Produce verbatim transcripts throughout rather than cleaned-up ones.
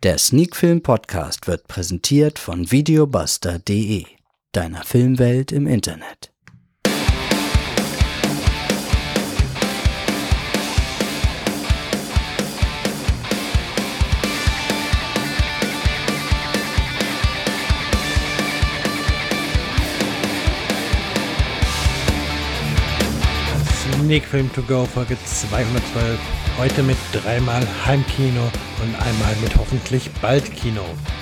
Der Sneakfilm Podcast wird präsentiert von videobuster punkt de, deiner Filmwelt im Internet. Sneakfilm to go Folge zweihundertzwölf. Heute mit dreimal Heimkino und einmal mit hoffentlich bald Kino.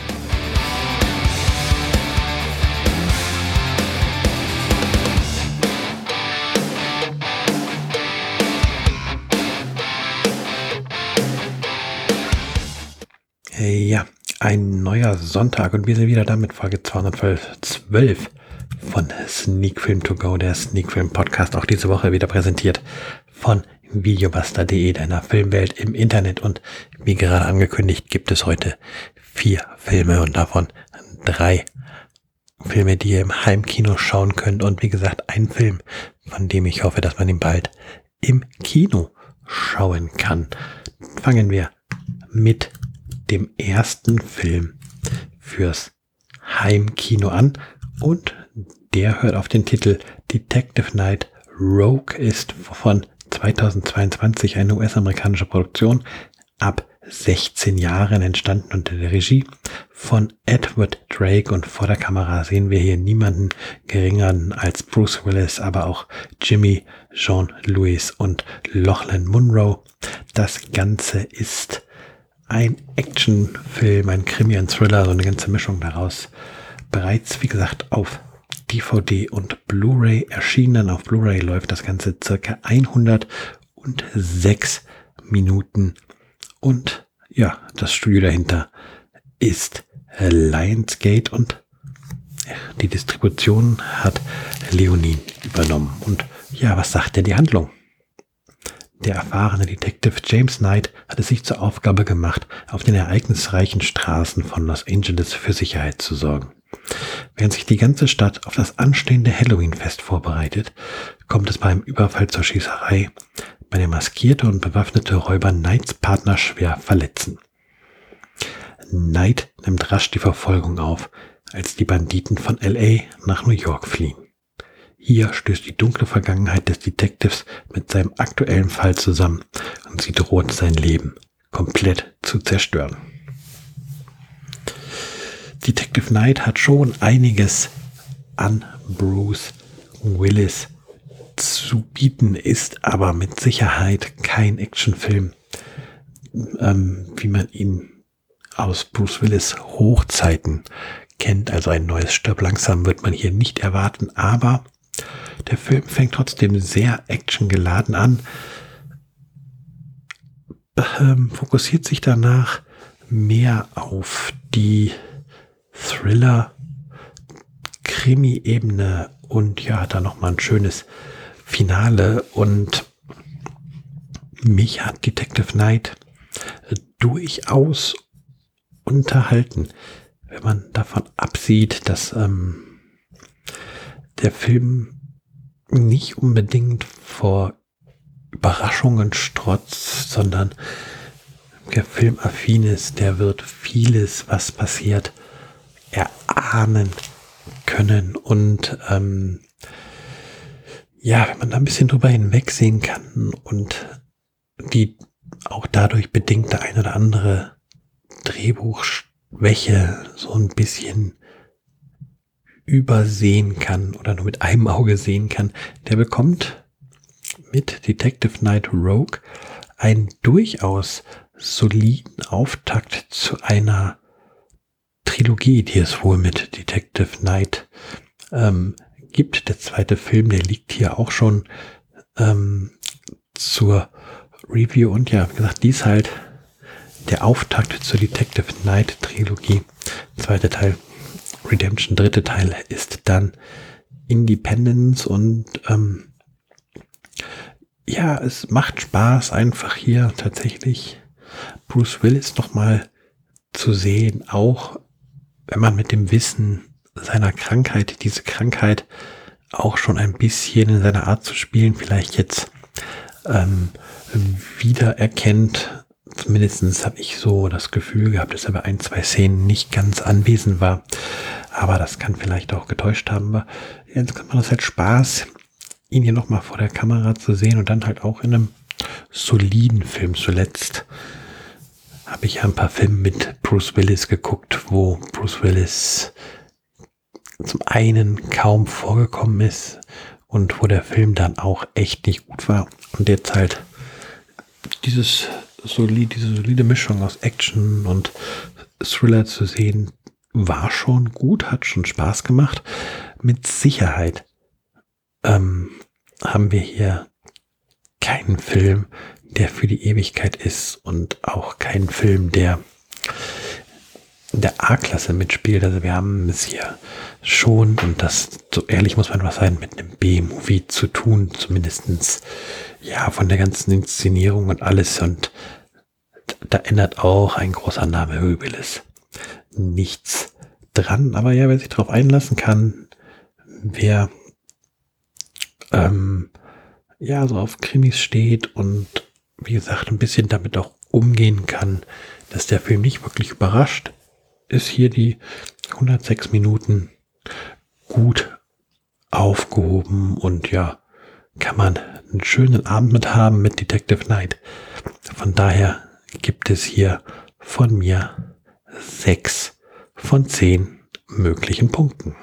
Ja, ein neuer Sonntag und wir sind wieder da mit Folge zweihundertzwölf von Sneakfilm to go, der Sneakfilm Podcast, auch diese Woche wieder präsentiert von videobuster punkt de, deiner Filmwelt im Internet. Und wie gerade angekündigt, gibt es heute vier Filme und davon drei Filme, die ihr im Heimkino schauen könnt. Und wie gesagt, ein Film, von dem ich hoffe, dass man ihn bald im Kino schauen kann. Fangen wir mit dem ersten Film fürs Heimkino an und der hört auf den Titel Detective Knight Rogue, ist von zweitausendzweiundzwanzig eine U S-amerikanische Produktion, ab sechzehn Jahren entstanden unter der Regie von Edward Drake, und vor der Kamera sehen wir hier niemanden geringeren als Bruce Willis, aber auch Jimmy, Jean-Louis und Lachlan Monroe. Das Ganze ist ein Actionfilm, ein Krimi, ein Thriller, so eine ganze Mischung daraus. Bereits, wie gesagt, auf D V D und Blu-ray erschienen. Auf Blu-ray läuft das Ganze circa hundertsechs Minuten. Und ja, das Studio dahinter ist Lionsgate und die Distribution hat Leonin übernommen. Und ja, was sagt denn die Handlung? Der erfahrene Detective James Knight hat es sich zur Aufgabe gemacht, auf den ereignisreichen Straßen von Los Angeles für Sicherheit zu sorgen. Während sich die ganze Stadt auf das anstehende Halloween-Fest vorbereitet, kommt es bei einem Überfall zur Schießerei, bei der maskierte und bewaffnete Räuber Knights Partner schwer verletzen. Knight nimmt rasch die Verfolgung auf, als die Banditen von L A nach New York fliehen. Hier stößt die dunkle Vergangenheit des Detectives mit seinem aktuellen Fall zusammen und sie droht, sein Leben komplett zu zerstören. Detective Knight hat schon einiges an Bruce Willis zu bieten, ist aber mit Sicherheit kein Actionfilm, ähm, wie man ihn aus Bruce Willis Hochzeiten kennt. Also ein neues Stirb langsam wird man hier nicht erwarten, aber der Film fängt trotzdem sehr actiongeladen an, ähm, fokussiert sich danach mehr auf die Thriller-Krimi-Ebene und ja, hat da nochmal ein schönes Finale. Und mich hat Detective Knight durchaus unterhalten, wenn man davon absieht, dass ähm, der Film nicht unbedingt vor Überraschungen strotzt, sondern der Film affin ist, der wird vieles, was passiert, erahnen können. Und ähm, ja, wenn man da ein bisschen drüber hinwegsehen kann und die auch dadurch bedingte ein oder andere Drehbuchschwäche so ein bisschen übersehen kann oder nur mit einem Auge sehen kann, der bekommt mit Detective Knight Rogue einen durchaus soliden Auftakt zu einer Trilogie, die es wohl mit Detective Knight ähm, gibt. Der zweite Film, der liegt hier auch schon ähm, zur Review. Und ja, wie gesagt, dies halt der Auftakt zur Detective Knight Trilogie. Zweiter Teil Redemption, dritte Teil ist dann Independence. Und ähm, ja, es macht Spaß, einfach hier tatsächlich Bruce Willis nochmal zu sehen, auch wenn man mit dem Wissen seiner Krankheit, diese Krankheit auch schon ein bisschen in seiner Art zu spielen, vielleicht jetzt ähm, wiedererkennt, Zumindest habe ich so das Gefühl gehabt, dass er bei ein, zwei Szenen nicht ganz anwesend war. Aber das kann vielleicht auch getäuscht haben. Aber jetzt kann man das halt Spaß, ihn hier nochmal vor der Kamera zu sehen und dann halt auch in einem soliden Film. Zuletzt habe ich ja ein paar Filme mit Bruce Willis geguckt, wo Bruce Willis zum einen kaum vorgekommen ist und wo der Film dann auch echt nicht gut war. Und jetzt halt dieses solide, diese solide Mischung aus Action und Thriller zu sehen, war schon gut, hat schon Spaß gemacht. Mit Sicherheit ähm, haben wir hier keinen Film, der für die Ewigkeit ist und auch keinen Film, der in der A-Klasse mitspielt. Also wir haben es hier schon, und das, so ehrlich muss man was sein, mit einem B-Movie zu tun, zumindestens ja von der ganzen Inszenierung und alles, und da ändert auch ein großer Name Willis nichts dran. Aber ja, wer sich darauf einlassen kann, wer ähm, ja so auf Krimis steht und wie gesagt ein bisschen damit auch umgehen kann, dass der Film nicht wirklich überrascht, ist hier die hundertsechs Minuten gut aufgehoben, und ja, kann man einen schönen Abend mit haben mit Detective Night. Von daher gibt es hier von mir sechs von zehn möglichen Punkten.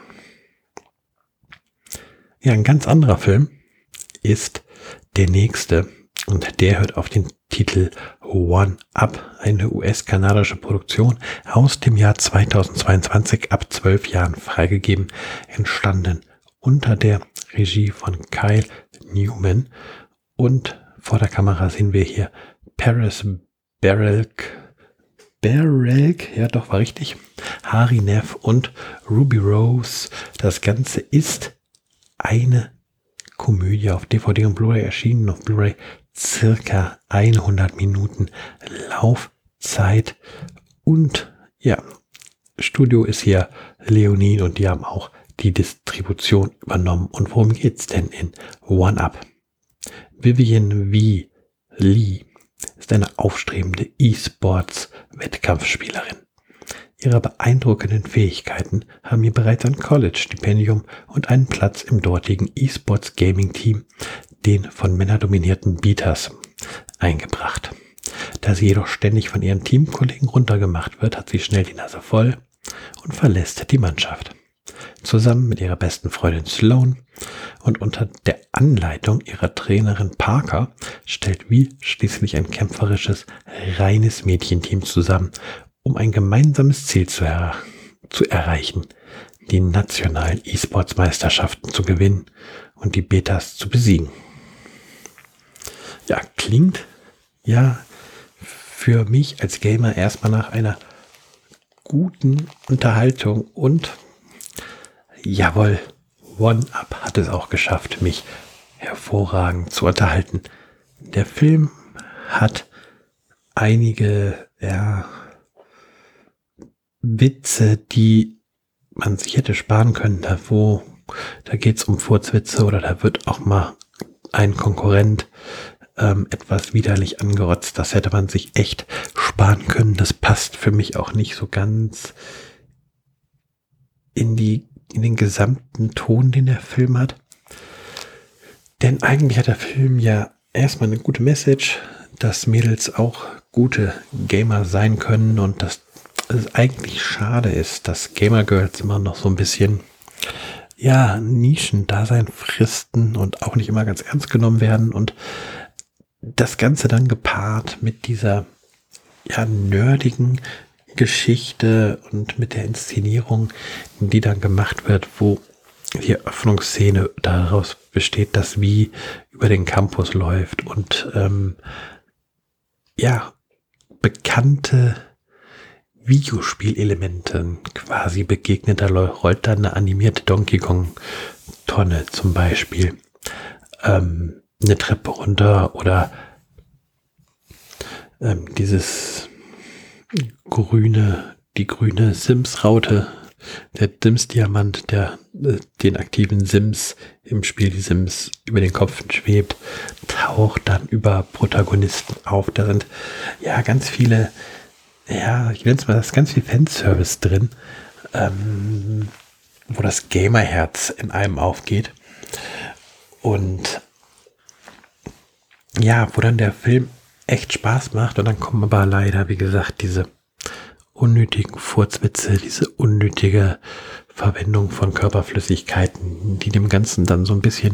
Ja, ein ganz anderer Film ist der nächste, und der hört auf den Titel One Up, eine U S-kanadische Produktion aus dem Jahr zweitausendzweiundzwanzig, ab zwölf Jahren freigegeben, entstanden unter der Regie von Kyle Newman, und vor der Kamera sehen wir hier Paris Barelk, Barelk, ja doch, war richtig, Hari Nef und Ruby Rose. Das Ganze ist eine Komödie, auf D V D und Blu-ray erschienen, auf Blu-ray circa hundert Minuten Laufzeit, und ja, Studio ist hier Leonin, und die haben auch die Distribution übernommen. Und worum geht's denn in One Up? Vivian V. Lee ist eine aufstrebende E-Sports-Wettkampfspielerin. Ihre beeindruckenden Fähigkeiten haben ihr bereits ein College-Stipendium und einen Platz im dortigen E-Sports-Gaming-Team, den von Männern dominierten Beaters, eingebracht. Da sie jedoch ständig von ihren Teamkollegen runtergemacht wird, hat sie schnell die Nase voll und verlässt die Mannschaft. Zusammen mit ihrer besten Freundin Sloan und unter der Anleitung ihrer Trainerin Parker stellt Vi schließlich ein kämpferisches, reines Mädchenteam zusammen, um ein gemeinsames Ziel zu, er- zu erreichen, die nationalen E-Sports-Meisterschaften zu gewinnen und die Betas zu besiegen. Ja, klingt ja für mich als Gamer erstmal nach einer guten Unterhaltung, und jawohl, One Up hat es auch geschafft, mich hervorragend zu unterhalten. Der Film hat einige ja, Witze, die man sich hätte sparen können. Da, wo, da geht es um Furzwitze, oder da wird auch mal ein Konkurrent ähm, etwas widerlich angerotzt. Das hätte man sich echt sparen können. Das passt für mich auch nicht so ganz in die in den gesamten Ton, den der Film hat. Denn eigentlich hat der Film ja erstmal eine gute Message, dass Mädels auch gute Gamer sein können, und dass es eigentlich schade ist, dass Gamer Girls immer noch so ein bisschen ja, Nischendasein fristen und auch nicht immer ganz ernst genommen werden, und das Ganze dann gepaart mit dieser ja nerdigen Geschichte und mit der Inszenierung, die dann gemacht wird, wo die Eröffnungsszene daraus besteht, dass Vi über den Campus läuft und ähm, ja, bekannte Videospielelemente quasi begegnet. Da rollt dann eine animierte Donkey Kong Tonne zum Beispiel ähm, eine Treppe runter, oder ähm, dieses grüne, die grüne Sims-Raute der Sims-Diamant, der äh, den aktiven Sims im Spiel die Sims über den Kopf schwebt, taucht dann über Protagonisten auf. Da sind ja ganz viele, ja, ich nenne es mal, da ist ganz viel Fanservice drin, ähm, wo das Gamerherz in einem aufgeht. Und ja, wo dann der Film echt Spaß macht und dann kommen aber leider, wie gesagt, diese unnötigen Furzwitze, diese unnötige Verwendung von Körperflüssigkeiten, die dem Ganzen dann so ein bisschen,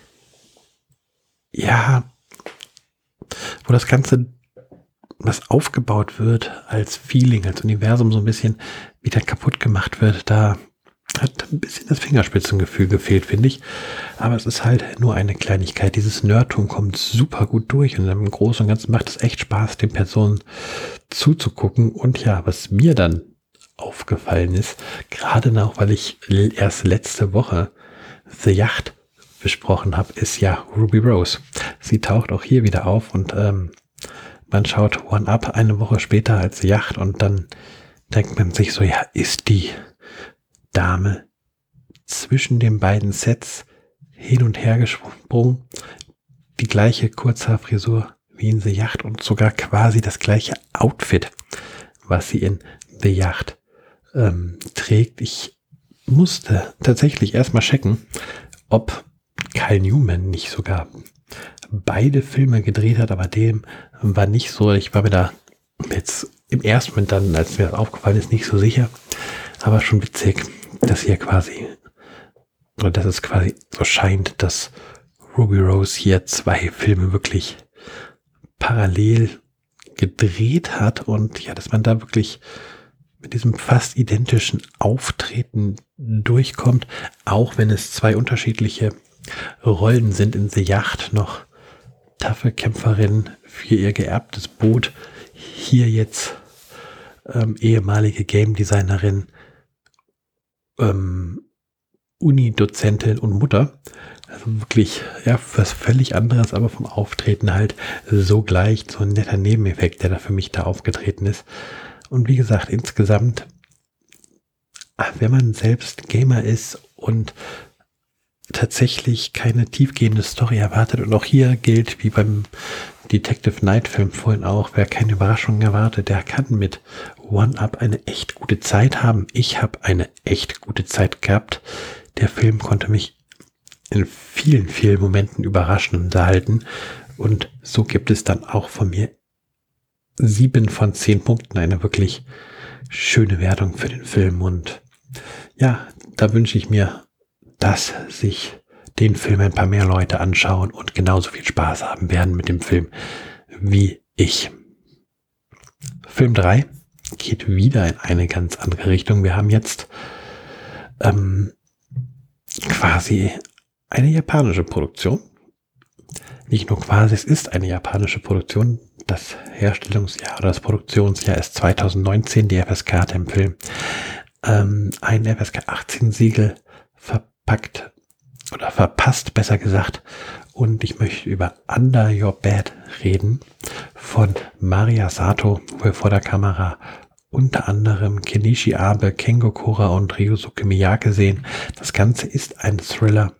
ja, wo das Ganze, was aufgebaut wird als Feeling, als Universum so ein bisschen wieder kaputt gemacht wird, da hat ein bisschen das Fingerspitzengefühl gefehlt, finde ich. Aber es ist halt nur eine Kleinigkeit. Dieses Nerdtum kommt super gut durch und im Großen und Ganzen macht es echt Spaß, den Personen zuzugucken. Und ja, was mir dann aufgefallen ist, gerade noch, weil ich erst letzte Woche The Yacht besprochen habe, ist ja Ruby Rose. Sie taucht auch hier wieder auf und ähm, man schaut One Up eine Woche später als The Yacht und dann denkt man sich so, ja, ist die Dame zwischen den beiden Sets hin und her gesprungen, die gleiche Kurzhaarfrisur wie in The Yacht und sogar quasi das gleiche Outfit, was sie in The Yacht ähm, trägt. Ich musste tatsächlich erstmal checken, ob Kyle Newman nicht sogar beide Filme gedreht hat, aber dem war nicht so. Ich war mir da jetzt im ersten Moment dann, als mir das aufgefallen ist, nicht so sicher, aber schon witzig, dass hier quasi, oder dass es quasi so scheint, dass Ruby Rose hier zwei Filme wirklich parallel gedreht hat und ja, dass man da wirklich mit diesem fast identischen Auftreten durchkommt, auch wenn es zwei unterschiedliche Rollen sind. In The Yacht noch taffe Kämpferin für ihr geerbtes Boot, hier jetzt ähm, ehemalige Game Designerin, ähm, Uni-Dozentin und Mutter. Also wirklich, ja, was völlig anderes, aber vom Auftreten halt so gleich, so ein netter Nebeneffekt, der da für mich da aufgetreten ist. Und wie gesagt, insgesamt, wenn man selbst Gamer ist und tatsächlich keine tiefgehende Story erwartet, und auch hier gilt, wie beim Detective Night Film vorhin auch, wer keine Überraschungen erwartet, der kann mit One Up eine echt gute Zeit haben. Ich habe eine echt gute Zeit gehabt. Der Film konnte mich in vielen, vielen Momenten überraschen und unterhalten. Und so gibt es dann auch von mir sieben von zehn Punkten, eine wirklich schöne Wertung für den Film. Und ja, da wünsche ich mir, dass sich den Film ein paar mehr Leute anschauen und genauso viel Spaß haben werden mit dem Film wie ich. Film drei geht wieder in eine ganz andere Richtung. Wir haben jetzt ähm, quasi eine japanische Produktion. Nicht nur quasi, es ist eine japanische Produktion. Das Herstellungsjahr oder das Produktionsjahr ist zweitausendneunzehn. Die F S K hat im Film ähm, ein F S K achtzehn Siegel verpackt oder verpasst, besser gesagt. Und ich möchte über Under Your Bed reden von Maria Sato, wo wir vor der Kamera unter anderem Kenichi Abe, Kengo Kora und Ryusuke Miyake sehen. Das Ganze ist ein Thriller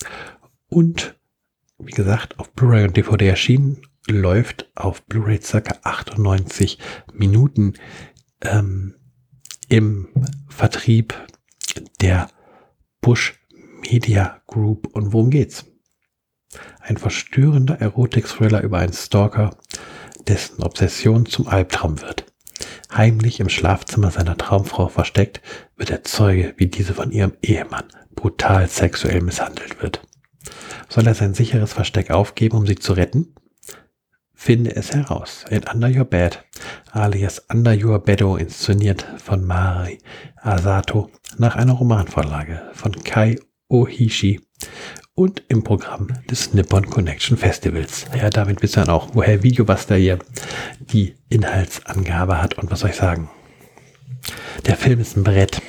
und wie gesagt auf Blu-ray und D V D erschienen, läuft auf Blu-ray circa achtundneunzig Minuten ähm, im Vertrieb der Bush Media Group. Und worum geht's? Ein verstörender Erotik-Thriller über einen Stalker, dessen Obsession zum Albtraum wird. Heimlich im Schlafzimmer seiner Traumfrau versteckt, wird er Zeuge, wie diese von ihrem Ehemann brutal sexuell misshandelt wird. Soll er sein sicheres Versteck aufgeben, um sie zu retten? Finde es heraus. In Under Your Bed, alias Under Your Beddo, inszeniert von Mari Asato nach einer Romanvorlage von Kai Ohishi und im Programm des Nippon Connection Festivals. Ja, damit wisst ihr dann auch, woher Videobuster hier die Inhaltsangabe hat. Und was soll ich sagen? Der Film ist ein Brett.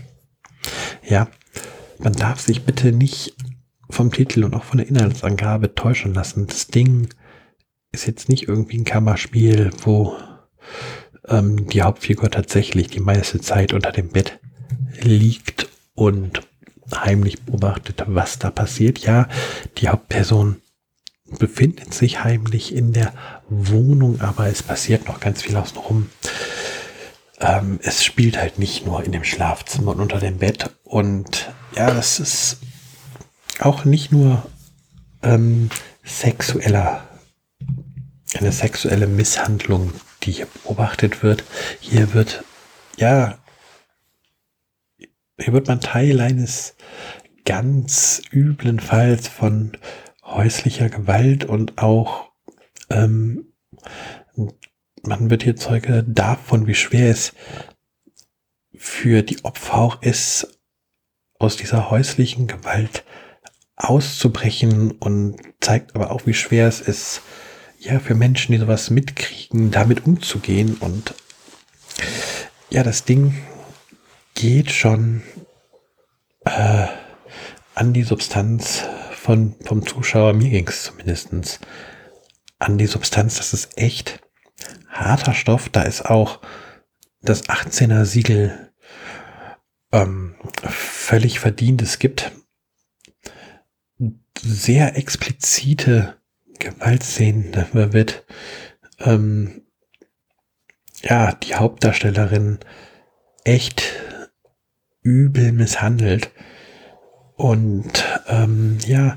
Ja, man darf sich bitte nicht vom Titel und auch von der Inhaltsangabe täuschen lassen. Das Ding ist jetzt nicht irgendwie ein Kammerspiel, wo ähm, die Hauptfigur tatsächlich die meiste Zeit unter dem Bett liegt und heimlich beobachtet, was da passiert. Ja, die Hauptperson befindet sich heimlich in der Wohnung, aber es passiert noch ganz viel außenrum. Ähm, es spielt halt nicht nur in dem Schlafzimmer und unter dem Bett. Und ja, das ist auch nicht nur ähm, sexueller, eine sexuelle Misshandlung, die hier beobachtet wird. Hier wird, ja, hier wird man Teil eines ganz üblen Falls von häuslicher Gewalt und auch ähm, man wird hier Zeuge davon, wie schwer es für die Opfer auch ist, aus dieser häuslichen Gewalt auszubrechen, und zeigt aber auch, wie schwer es ist, ja, für Menschen, die sowas mitkriegen, damit umzugehen. Und ja, das Ding geht schon äh, an die Substanz von, vom Zuschauer. Mir ging es zumindest an die Substanz. Das ist echt harter Stoff. Da ist auch das achtzehner Siegel ähm, völlig verdient. Es gibt sehr explizite Gewaltszenen. Da wird ähm, ja, die Hauptdarstellerin echt übel misshandelt. Und ähm, ja,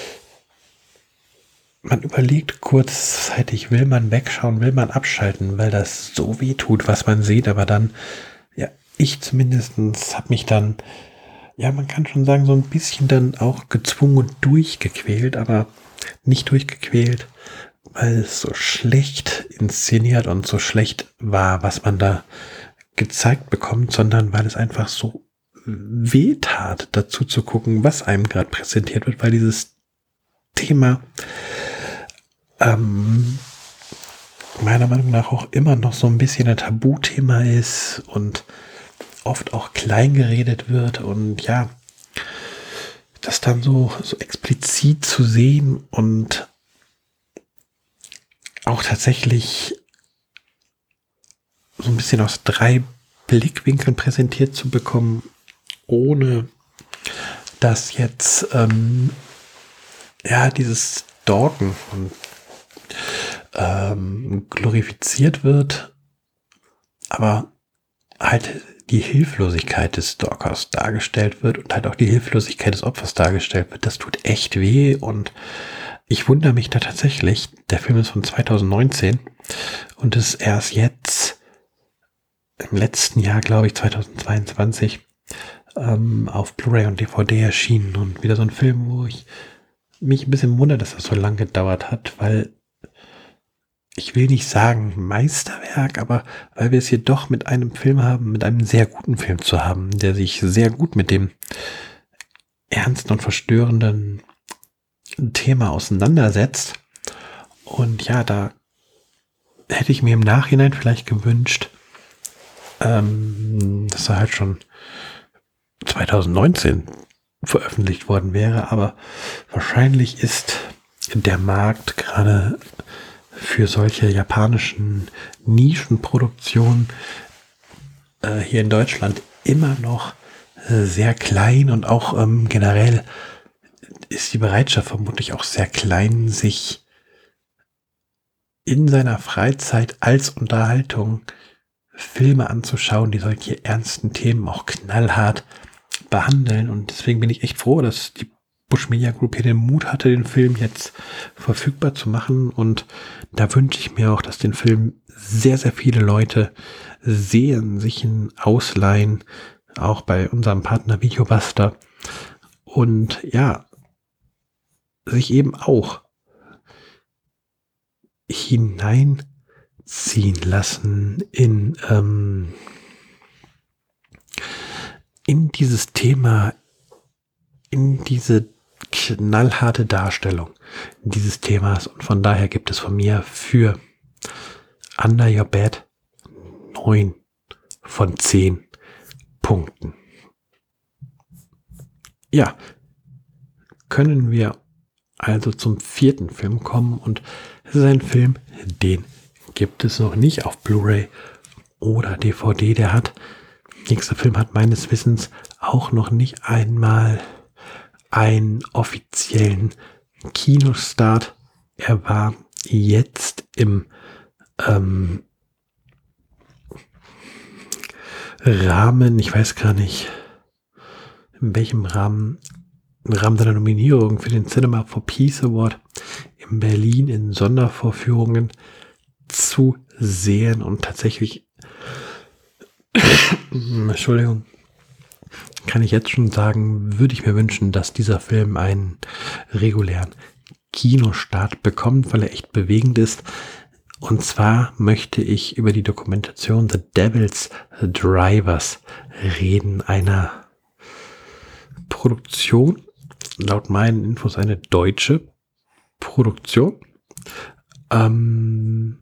man überlegt kurzzeitig, will man wegschauen, will man abschalten, weil das so weh tut, was man sieht. Aber dann, ja, ich zumindestens habe mich dann, ja, man kann schon sagen, so ein bisschen dann auch gezwungen und durchgequält, aber nicht durchgequält, weil es so schlecht inszeniert und so schlecht war, was man da gezeigt bekommt, sondern weil es einfach so weh tat, dazu zu gucken, was einem gerade präsentiert wird, weil dieses Thema ähm, meiner Meinung nach auch immer noch so ein bisschen ein Tabuthema ist und oft auch klein geredet wird. Und ja, das dann so, so explizit zu sehen und auch tatsächlich so ein bisschen aus drei Blickwinkeln präsentiert zu bekommen, ohne dass jetzt ähm, ja, dieses Stalken und ähm, glorifiziert wird, aber halt die Hilflosigkeit des Stalkers dargestellt wird und halt auch die Hilflosigkeit des Opfers dargestellt wird. Das tut echt weh, und ich wundere mich da tatsächlich. Der Film ist von zweitausendneunzehn und ist erst jetzt im letzten Jahr, glaube ich, zweitausendzweiundzwanzig ähm, auf Blu-ray und D V D erschienen, und wieder so ein Film, wo ich mich ein bisschen wundere, dass das so lange gedauert hat, weil ich will nicht sagen Meisterwerk, aber weil wir es hier doch mit einem Film haben, mit einem sehr guten Film zu haben, der sich sehr gut mit dem ernsten und verstörenden Thema auseinandersetzt. Und ja, da hätte ich mir im Nachhinein vielleicht gewünscht, ähm, dass er halt schon zweitausendneunzehn veröffentlicht worden wäre, aber wahrscheinlich ist der Markt gerade für solche japanischen Nischenproduktionen äh, hier in Deutschland immer noch äh, sehr klein, und auch ähm, generell ist die Bereitschaft vermutlich auch sehr klein, sich in seiner Freizeit als Unterhaltung Filme anzuschauen, die solche ernsten Themen auch knallhart behandeln. Und deswegen bin ich echt froh, dass die Busch Media Group hier den Mut hatte, den Film jetzt verfügbar zu machen. Und da wünsche ich mir auch, dass den Film sehr, sehr viele Leute sehen, sich ihn ausleihen, auch bei unserem Partner Videobuster, und ja, sich eben auch hineinziehen lassen in ähm, in dieses Thema, in diese knallharte Darstellung dieses Themas. Und von daher gibt es von mir für Under Your Bed neun von zehn Punkten. Ja, können wir also zum vierten Film kommen, und es ist ein Film, den gibt es noch nicht auf Blu-ray oder D V D. Der hat nächste Film hat meines Wissens auch noch nicht einmal einen offiziellen Kinostart. Er war jetzt im ähm, Rahmen, ich weiß gar nicht, in welchem Rahmen, im Rahmen seiner Nominierung für den Cinema for Peace Award in Berlin in Sondervorführungen zu sehen und tatsächlich, Entschuldigung, kann ich jetzt schon sagen, würde ich mir wünschen, dass dieser Film einen regulären Kinostart bekommt, weil er echt bewegend ist. Und zwar möchte ich über die Dokumentation The Devil's Drivers reden, einer Produktion, laut meinen Infos eine deutsche Produktion, ähm,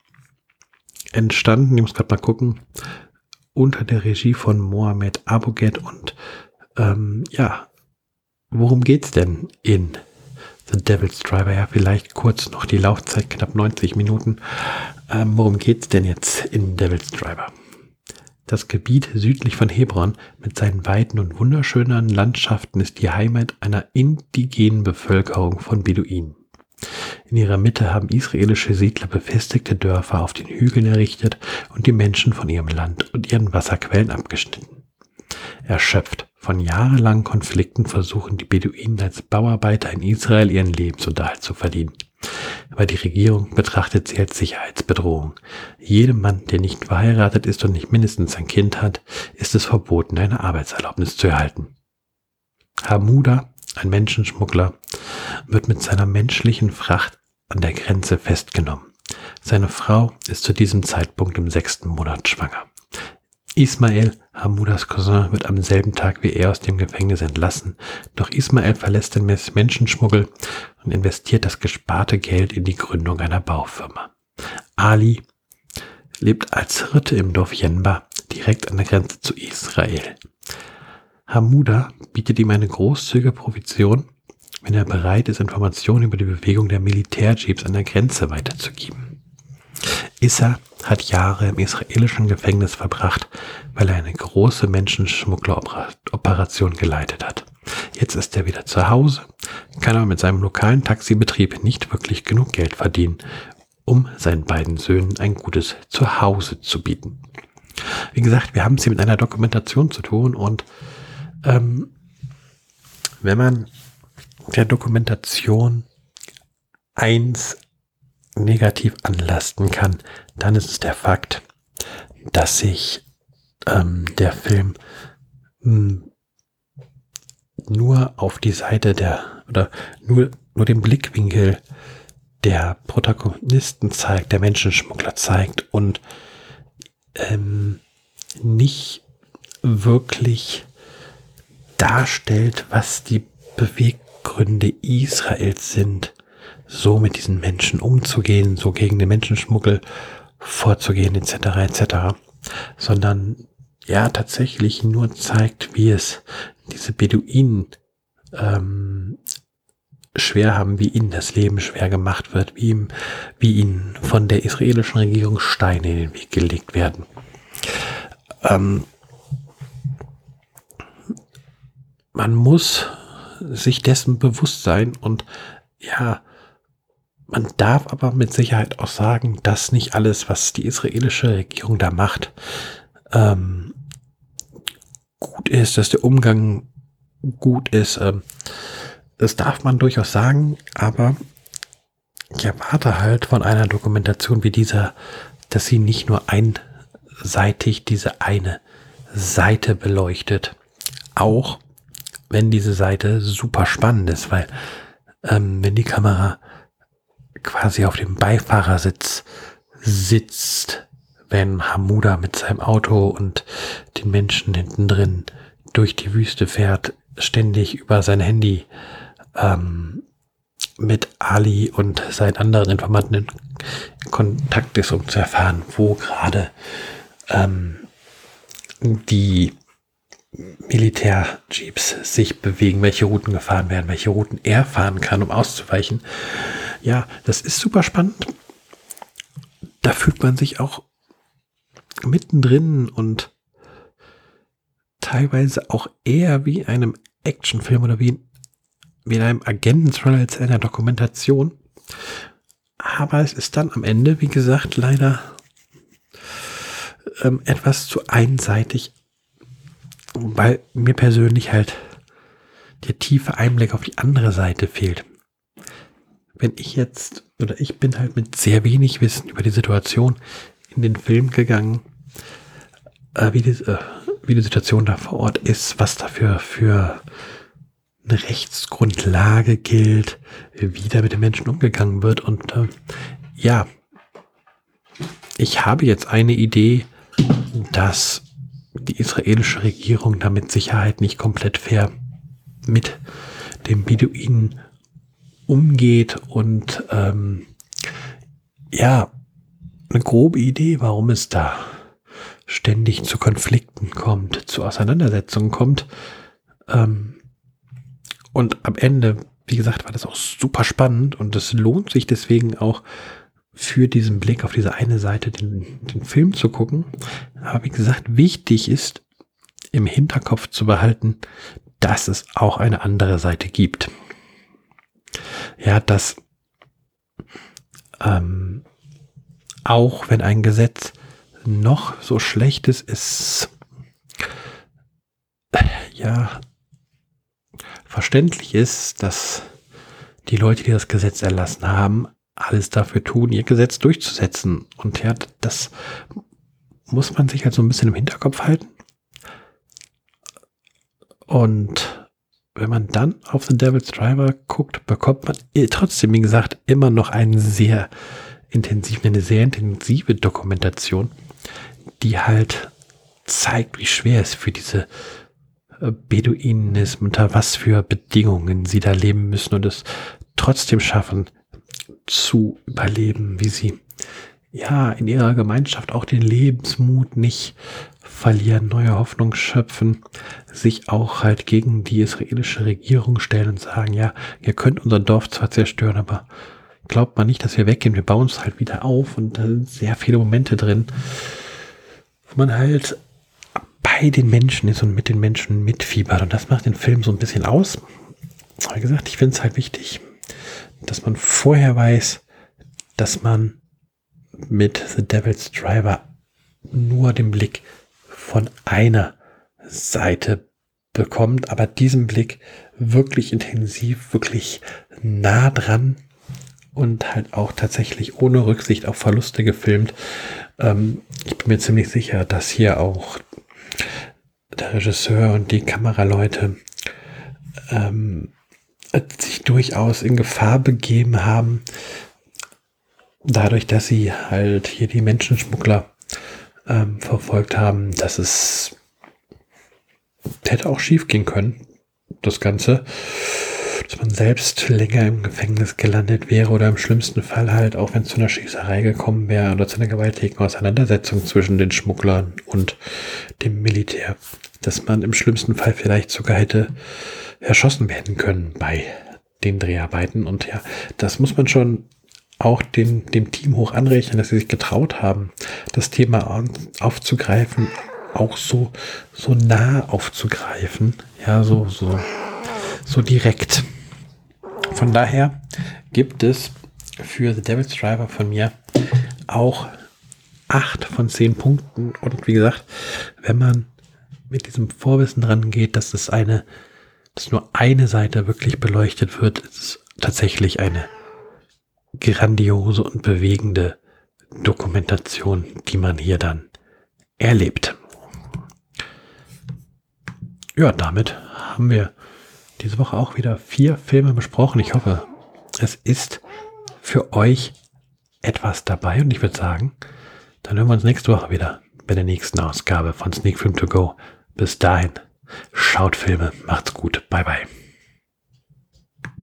entstanden, ich muss gerade mal gucken, unter der Regie von Mohamed Aboged. Und ähm, ja, worum geht's denn in The Devil's Driver? Ja, vielleicht kurz noch die Laufzeit, knapp neunzig Minuten. Ähm, worum geht's denn jetzt in Devil's Driver? Das Gebiet südlich von Hebron mit seinen weiten und wunderschönen Landschaften ist die Heimat einer indigenen Bevölkerung von Beduinen. In ihrer Mitte haben israelische Siedler befestigte Dörfer auf den Hügeln errichtet und die Menschen von ihrem Land und ihren Wasserquellen abgeschnitten. Erschöpft von jahrelangen Konflikten versuchen die Beduinen als Bauarbeiter in Israel ihren Lebensunterhalt zu verdienen. Aber die Regierung betrachtet sie als Sicherheitsbedrohung. Jedem Mann, der nicht verheiratet ist und nicht mindestens ein Kind hat, ist es verboten, eine Arbeitserlaubnis zu erhalten. Hamuda, ein Menschenschmuggler, wird mit seiner menschlichen Fracht an der Grenze festgenommen. Seine Frau ist zu diesem Zeitpunkt im sechsten Monat schwanger. Ismael, Hamudas Cousin, wird am selben Tag wie er aus dem Gefängnis entlassen, doch Ismael verlässt den Menschenschmuggel und investiert das gesparte Geld in die Gründung einer Baufirma. Ali lebt als Hirte im Dorf Jenba, direkt an der Grenze zu Israel. Hamuda bietet ihm eine großzügige Provision, wenn er bereit ist, Informationen über die Bewegung der Militärjeeps an der Grenze weiterzugeben. Issa hat Jahre im israelischen Gefängnis verbracht, weil er eine große Menschenschmuggleroperation geleitet hat. Jetzt ist er wieder zu Hause, kann aber mit seinem lokalen Taxibetrieb nicht wirklich genug Geld verdienen, um seinen beiden Söhnen ein gutes Zuhause zu bieten. Wie gesagt, wir haben es hier mit einer Dokumentation zu tun und ähm, wenn man der Dokumentation eins negativ anlasten kann, dann ist es der Fakt, dass sich ähm, der Film mh, nur auf die Seite der, oder nur, nur den Blickwinkel der Protagonisten zeigt, der Menschenschmuggler zeigt und ähm, nicht wirklich darstellt, was die Beweggründe Israels sind, so mit diesen Menschen umzugehen, so gegen den Menschenschmuggel vorzugehen, et cetera et cetera, sondern ja tatsächlich nur zeigt, wie es diese Beduinen ähm, schwer haben, wie ihnen das Leben schwer gemacht wird, wie, ihm, wie ihnen von der israelischen Regierung Steine in den Weg gelegt werden. Ähm, man muss sich dessen bewusst sein und ja, man darf aber mit Sicherheit auch sagen, dass nicht alles, was die israelische Regierung da macht, ähm, gut ist, dass der Umgang gut ist. Ähm, das darf man durchaus sagen, aber ich erwarte halt von einer Dokumentation wie dieser, dass sie nicht nur einseitig diese eine Seite beleuchtet, auch wenn diese Seite super spannend ist, weil ähm, wenn die Kamera quasi auf dem Beifahrersitz sitzt, wenn Hamuda mit seinem Auto und den Menschen hinten drin durch die Wüste fährt, ständig über sein Handy ähm, mit Ali und seinen anderen Informanten in Kontakt ist, um zu erfahren, wo gerade ähm, die Militärjeeps sich bewegen, welche Routen gefahren werden, welche Routen er fahren kann, um auszuweichen. Ja, das ist super spannend. Da fühlt man sich auch mittendrin und teilweise auch eher wie einem Actionfilm oder wie, wie in einem Agenten-Thriller als in einer Dokumentation. Aber es ist dann am Ende, wie gesagt, leider ähm, etwas zu einseitig, weil mir persönlich halt der tiefe Einblick auf die andere Seite fehlt. Wenn ich jetzt, oder ich bin halt mit sehr wenig Wissen über die Situation in den Film gegangen, äh, wie, die, äh, wie die Situation da vor Ort ist, was dafür für eine Rechtsgrundlage gilt, wie da mit den Menschen umgegangen wird. Und äh, ja, ich habe jetzt eine Idee, dass die israelische Regierung da mit Sicherheit nicht komplett fair mit dem Beduinen umgeht und ähm, ja, eine grobe Idee, warum es da ständig zu Konflikten kommt, zu Auseinandersetzungen kommt. Ähm, und am Ende, wie gesagt, war das auch super spannend und es lohnt sich deswegen auch für diesen Blick auf diese eine Seite den, den Film zu gucken. Aber wie gesagt, wichtig ist im Hinterkopf zu behalten, dass es auch eine andere Seite gibt. Ja, dass ähm, auch wenn ein Gesetz noch so schlecht ist, es äh, ja verständlich ist, dass die Leute, die das Gesetz erlassen haben, alles dafür tun, ihr Gesetz durchzusetzen. Und ja, das muss man sich halt so ein bisschen im Hinterkopf halten. Und wenn man dann auf The Devil's Driver guckt, bekommt man trotzdem, wie gesagt, immer noch einen sehr intensiven, eine sehr intensive Dokumentation, die halt zeigt, wie schwer es für diese Beduinen ist, unter was für Bedingungen sie da leben müssen und es trotzdem schaffen zu überleben, wie sie ja in ihrer Gemeinschaft auch den Lebensmut nicht verlieren, neue Hoffnung schöpfen, sich auch halt gegen die israelische Regierung stellen und sagen, ja, ihr könnt unser Dorf zwar zerstören, aber glaubt man nicht, dass wir weggehen, wir bauen es halt wieder auf. Und da sind sehr viele Momente drin, wo man halt bei den Menschen ist und mit den Menschen mitfiebert. Und das macht den Film so ein bisschen aus. Aber wie gesagt, ich finde es halt wichtig, dass man vorher weiß, dass man mit The Devil's Driver nur den Blick von einer Seite bekommt, aber diesen Blick wirklich intensiv, wirklich nah dran und halt auch tatsächlich ohne Rücksicht auf Verluste gefilmt. Ähm, ich bin mir ziemlich sicher, dass hier auch der Regisseur und die Kameraleute ähm, sich durchaus in Gefahr begeben haben, dadurch, dass sie halt hier die Menschenschmuggler ähm, verfolgt haben, dass es hätte auch schief gehen können, das Ganze, dass man selbst länger im Gefängnis gelandet wäre oder im schlimmsten Fall halt, auch wenn es zu einer Schießerei gekommen wäre oder zu einer gewaltigen Auseinandersetzung zwischen den Schmugglern und dem Militär, dass man im schlimmsten Fall vielleicht sogar hätte erschossen werden können bei den Dreharbeiten. Und ja, das muss man schon auch dem, dem Team hoch anrechnen, dass sie sich getraut haben, das Thema aufzugreifen, auch so, so nah aufzugreifen, ja, so, so, so direkt. Von daher gibt es für The Devil's Driver von mir auch acht von zehn Punkten. Und wie gesagt, wenn man mit diesem Vorwissen dran geht, dass es eine, dass nur eine Seite wirklich beleuchtet wird, ist es tatsächlich eine grandiose und bewegende Dokumentation, die man hier dann erlebt. Ja, damit haben wir diese Woche auch wieder vier Filme besprochen. Ich hoffe, es ist für euch etwas dabei und ich würde sagen, dann hören wir uns nächste Woche wieder bei der nächsten Ausgabe von Sneak Film To Go. Bis dahin, schaut Filme, macht's gut, bye bye.